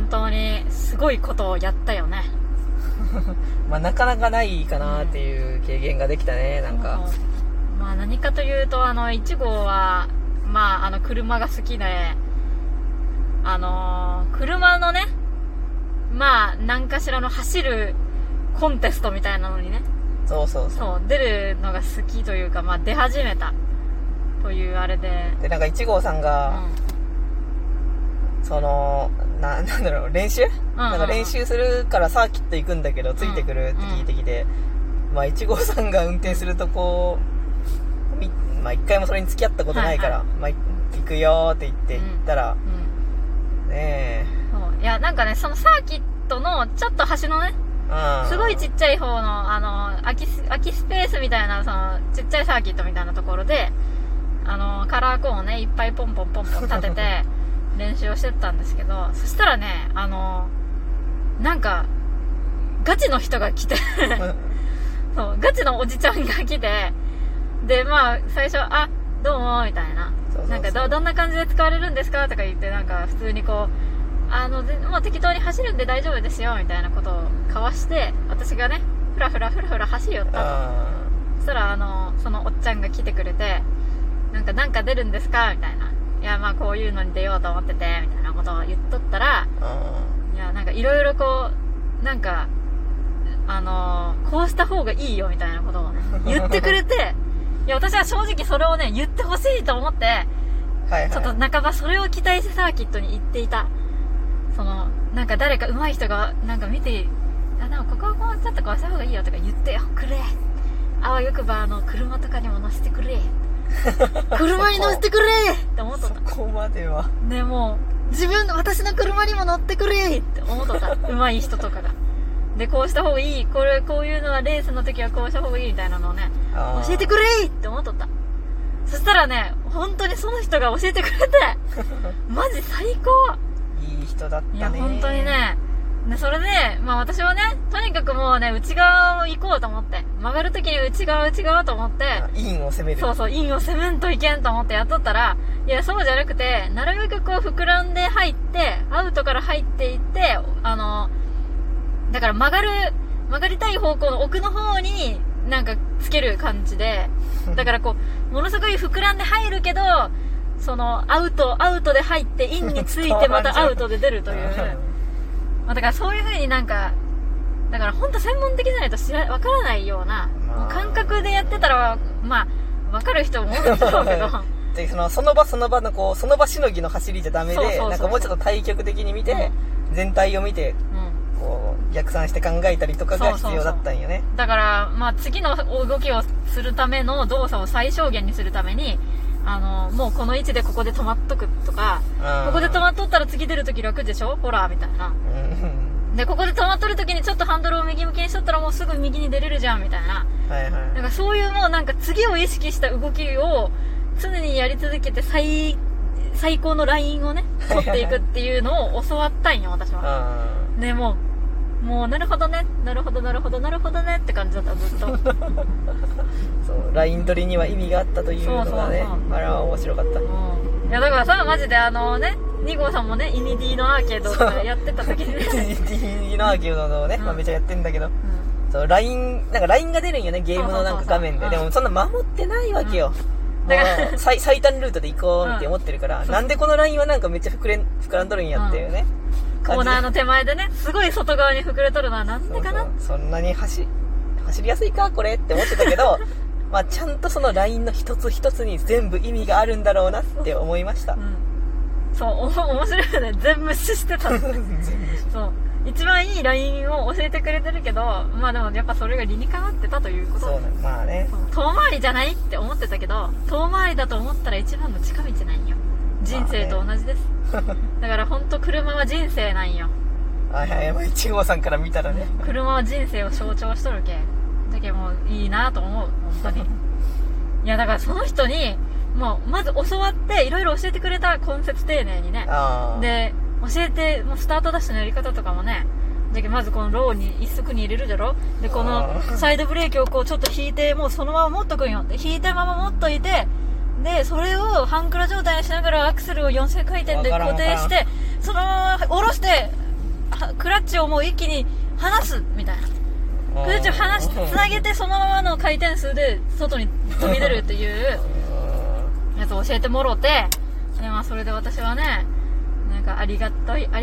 本当にすごいことをやったよねまあなかなかないかなっていう経験ができたね、なんか。 まあ何かというと、1号は、まあ車が好きで、車のね、まあ何かしらの走るコンテストみたいなのにね、そう出るのが好きというか、まあ出始めたというあれで、 なんか1号さんが、そのなんだろう、練習、なんか練習するからサーキット行くんだけど、ついてくるって聞いてきて、まあ1号さんが運転するとこう、まあ一回もそれに付き合ったことないから、まあ行くよって言って行ったら、ねえ、 そういやなんかね、そのサーキットのちょっと端のね、すごいちっちゃい方の空きスペースみたいな、そのちっちゃいサーキットみたいなところで、カラーコーンをねいっぱいポンポンポンポン立てて練習をしてたんですけど、そしたらね、なんかガチの人が来てそうガチのおじちゃんが来て、でまあ最初どうもみたいな、なんかどんな感じで使われるんですかとか言って、なんか普通にこうもう適当に走るんで大丈夫ですよみたいなことを交わして、私がねふらふら走り寄ったと。そしたらそのおっちゃんが来てくれて、なんか出るんですかみたいな、いやまあこういうのに出ようと思っててみたいなことを言っとったら、いやなんかいろいろこうなんかこうした方がいいよみたいなことをね言ってくれていや私は正直それをね言ってほしいと思って、ちょっと半ばそれを期待してサーキットに行っていた。なんか誰か上手い人がなんか見て、でもここはこうちょっとこうした方がいいよとか言ってよくれ、あわよくば車とかにも乗せてくれ車に乗せてくれって思っとった。 そこまではね、もう私の車にも乗ってくれって思っとった上手い人とかが。でこうした方がいい、こういうのはレースの時はこうした方がいいみたいなのをね教えてくれって思っとった。そしたらね、本当にその人が教えてくれてマジ最高、 いい人だったね。 いや本当にね。でそれでまあ私はね、とにかくもうね内側を行こうと思って、曲がる時に内側と思って、 インを攻める、 そうインを攻めんといけんと思ってやっとったら、いやそうじゃなくて、なるべくこう膨らんで入ってアウトから入っていって、だから曲がりたい方向の奥の方になんかつける感じで、だからこうものすごい膨らんで入るけど、そのアウトで入ってインについてまたアウトで出るというまあだからそういう風になんか、だから本当専門的じゃないとわからないような、感覚でやってたらまあわかる人も多いんだろうけどでその場のこうその場しのぎの走りじゃダメで、なんかもうちょっと対極的に見て、全体を見て、こう逆算して考えたりとかが必要だったんよね。 だからまあ次の動きをするための動作を最小限にするために、もうこの位置でここで止まっとくとか、ここで止まっとったら次出るとき楽でしょほらみたいな、でここで止まっとるときにちょっとハンドルを右向きにしとったらもうすぐ右に出れるじゃんみたいな、なんかそういうもうなんか次を意識した動きを常にやり続けて最高のラインをね取っていくっていうのを教わったんよ私は。ね、もうなるほどねって感じだったずっとそうライン取りには意味があったというのがね、あれは面白かった。 いやだからさ、マジで2号さんもねイニディのアーケードとかやってた時にねイニディのアーケードのね、まあ、めちゃやってんだけど、そうラインが出るんよね、ゲームのなんか画面で。でもそんな守ってないわけよ、だから最短ルートで行こうって思ってるから、なんでこのラインはなんかめっちゃ膨らんどるんやっていうね、 コーナーの手前でねすごい外側に膨れとるのはなんでかな。 そんなに走りやすいかこれって思ってたけどまあちゃんとそのラインの一つ一つに全部意味があるんだろうなって思いました。そう面白いよね、全無視してたそう一番いいラインを教えてくれてるけど、まあでもやっぱそれが理にかなってたということ。 そうね、まあね、 遠回りじゃないって思ってたけど、遠回りだと思ったら一番の近道なんよ、人生と同じです、だから本当車は人生なんよ。 はいはい、1号さんから見たらね車は人生を象徴しとるけだけもういいなと思う本当にいやだからその人にもうまず教わっていろいろ教えてくれた、根節丁寧にね。で教えて、もうスタートダッシュのやり方とかもね、だけどまずこのローに一足に入れるじゃろ。でこのサイドブレーキをこうちょっと引いて、もうそのまま持っとくんよ。で引いたまま持っといて、でそれを半クラ状態にしながらアクセルを4000回転で固定して、そのまま下ろしてクラッチをもう一気に離すみたいな、クラッチをつなげてそのままの回転数で外に飛び出るっていうやつを教えてもろって、で、まあ、それで私はね、なんかありがたいや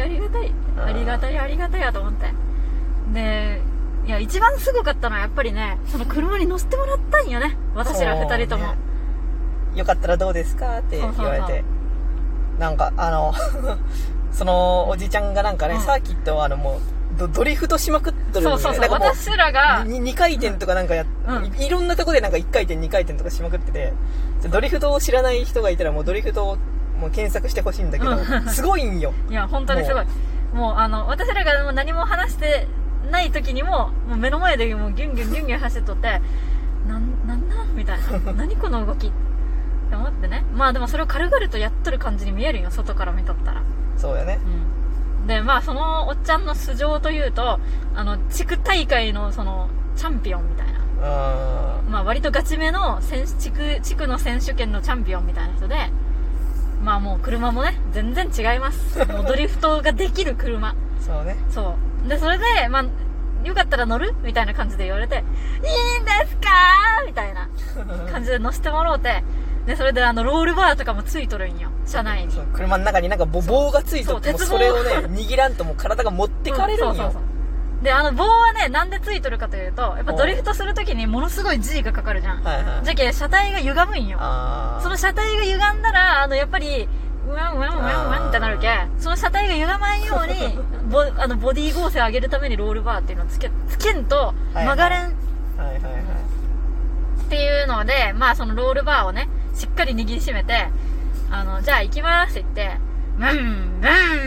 と思って。で、いや、一番すごかったのはやっぱりね、その車に乗せてもらったんよね、私ら二人とも、ね。 よかったらどうですかって言われて。なんか、そのおじちゃんがなんかね、サーキットはもう、ドリフトしまくってるんで、ね、 そう私らが 2回転とかなんかいろんなとこでなんか1回転2回転とかしまくってて、ドリフトを知らない人がいたらもうドリフトをもう検索してほしいんだけど、すごいんよ。いや本当にすごい。もう私らがもう何も話してない時にもう目の前でもうギュンギュン走っとって、なんだみたいな何この動きって思ってね。まあでもそれを軽々とやっとる感じに見えるよ、外から見とったら。 そうやね。 で、まあ、そのおっちゃんの素性というと、地区大会のその、チャンピオンみたいな。まあ、割とガチめの地区の選手権のチャンピオンみたいな人で、まあもう車もね、全然違います。もうドリフトができる車。 そうね。 そう。で、それで、まあ、よかったら乗るみたいな感じで言われて、いいんですかみたいな感じで乗せてもらおうて、で、それでロールバーとかもついとるんよ、車内に。 そう、車の中になんか棒がついとって、それをね、握らんともう体が持ってかれるんよ。 で、棒はね、なんでついとるかというと、やっぱドリフトするときにものすごい G がかかるじゃん。じゃけ、車体が歪むんよ。その車体が歪んだら、やっぱり、うわんってなるけ、その車体が歪まんように、ボディ剛性を上げるためにロールバーっていうのをつけんと、曲がれん。っていうので、まあそのロールバーをね、しっかり握りしめて、じゃあ行きますって言って、ブン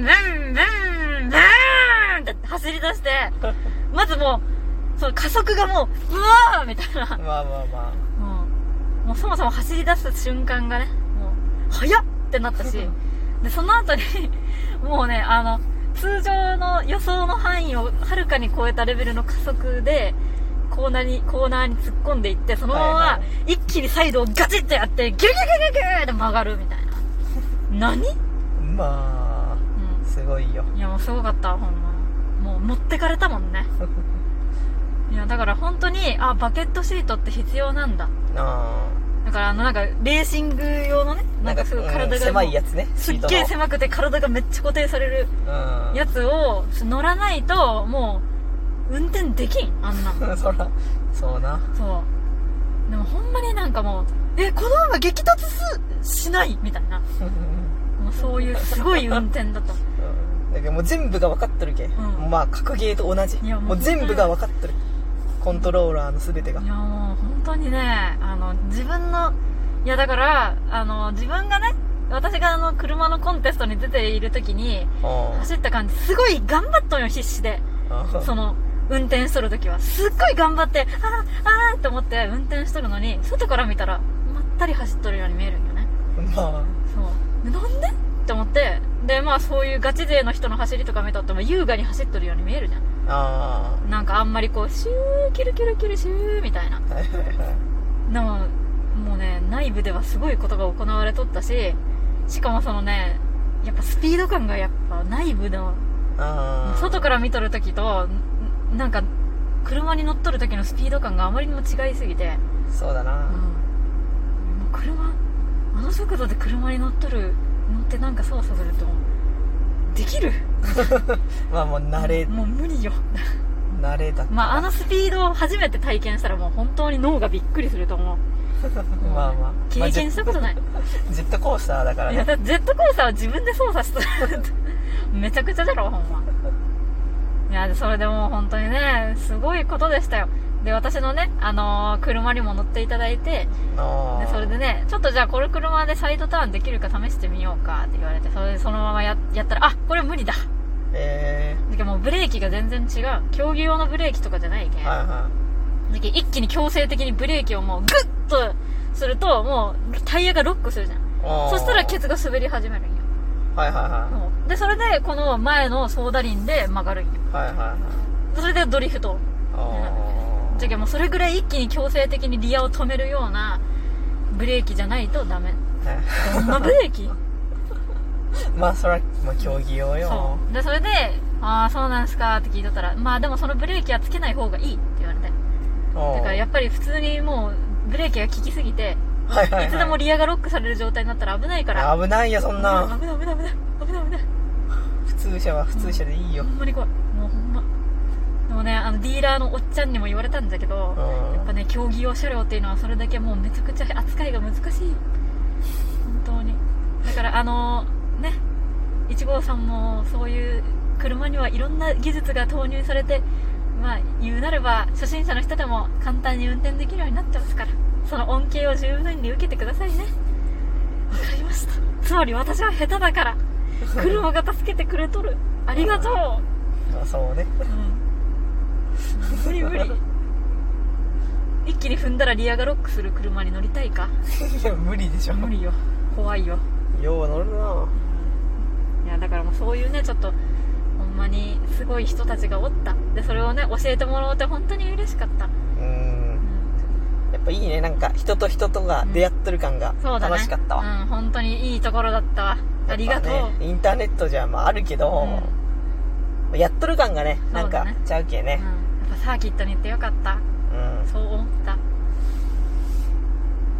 って走り出して、まずもう、その加速がもう、うわーみたいな。もうそもそも走り出す瞬間がね、もう、早っってなったし、で、その後に、もうね、通常の予想の範囲をはるかに超えたレベルの加速で、コーナーに突っ込んでいって、そのまま一気にサイドをガチッとやってギュギュギュギュって曲がるみたいな。何？ まあ、すごいよ。 いやもうすごかった、ほんま。もう持ってかれたもんね。いやだから本当にバケットシートって必要なんだ。だからなんかレーシング用のね、なんかすごい体が狭いやつね。 すっげえ狭くて体がめっちゃ固定されるやつを乗らないともう運転できん、あんなそうな。 そう。でもほんまになんかもう、このまま激突しないみたいな。もうそういうすごい運転だと。 だけどもう全部が分かっとるけ。まあ格ゲーと同じ。もう全部が分かっとる。コントローラーの全てが。 いやもう本当にね、自分の、いやだから、自分がね、私が車のコンテストに出ている時に、走った感じ、すごい頑張ったのよ、必死で。運転しとるときはすっごい頑張ってあーって思って運転しとるのに、外から見たらまったり走っとるように見えるんよね。そうなんでって思って、でまあそういうガチ勢の人の走りとか見とっても優雅に走っとるように見えるじゃん。なんかあんまりこうシューキュルキュルキュルシューみたいな。でももうね、内部ではすごいことが行われとったし、しかもそのね、やっぱスピード感がやっぱ内部の外から見とるときとなんか車に乗っとる時のスピード感があまりにも違いすぎて。 そうだな。もう速度で車に乗ってなんか操作するとできるまあもう慣れ、 もう無理よ慣れだった。 まあ初ピードを初めて体験したらもう本当に脳がびっくりすると思うまあ経験したことない、 ジェットコースターだからね。 いやだってジェットコースターは自分で操作してるめちゃくちゃだろほんま。いやそれでもう本当にね、すごいことでしたよ。で私のね、車にも乗っていただいて、でそれでね、ちょっとじゃあこれ車でサイドターンできるか試してみようかって言われて、それでそのままやったら、これ無理だ。だけどもうブレーキが全然違う。競技用のブレーキとかじゃないけん。だけど一気に強制的にブレーキをもうグッとすると、もうタイヤがロックするじゃん。そしたらケツが滑り始めるんよ。でそれでこの前のソーダリンで曲がるんよ。それでドリフト。じゃけもうそれぐらい一気に強制的にリアを止めるようなブレーキじゃないとダメ。どんなブレーキまあそれは、まあ、競技用よ。 そうでそれでああそうなんですかって聞いとったら、まあでもそのブレーキはつけない方がいいって言われて、だからやっぱり普通にもうブレーキが効きすぎて、 はいはいはい、 いつでもリアがロックされる状態になったら危ないから。 危ないよそんな。 危ない。 普通車は普通車でいいよ、 ほんまに怖い。もうほんま。でもね、ディーラーのおっちゃんにも言われたんだけど、やっぱね、競技用車両っていうのはそれだけもうめちゃくちゃ扱いが難しいよ。本当に。だからね、1号さんもそういう車にはいろんな技術が投入されて、まあ言うなれば初心者の人でも簡単に運転できるようになってますから、その恩恵を十分に受けてくださいね。わかりました。つまり私は下手だから車が助けてくれとる。ありがとう。 あ、そうね、 無理一気に踏んだらリアがロックする車に乗りたいか。 いや無理でしょ。 無理よ、怖いよ。 よう乗るな。 いやだからもうそういうね、ちょっとほんまにすごい人たちがおった。でそれをね教えてもらおうって本当に嬉しかった。 やっぱいいね、なんか人と人とが出会っとる感が楽しかったわ。 本当にいいところだったわ。ありがとう、ね、 インターネットじゃまああるけど、やっとる感がねなんかちゃうけね、 やっぱサーキットに行ってよかった、そう思った。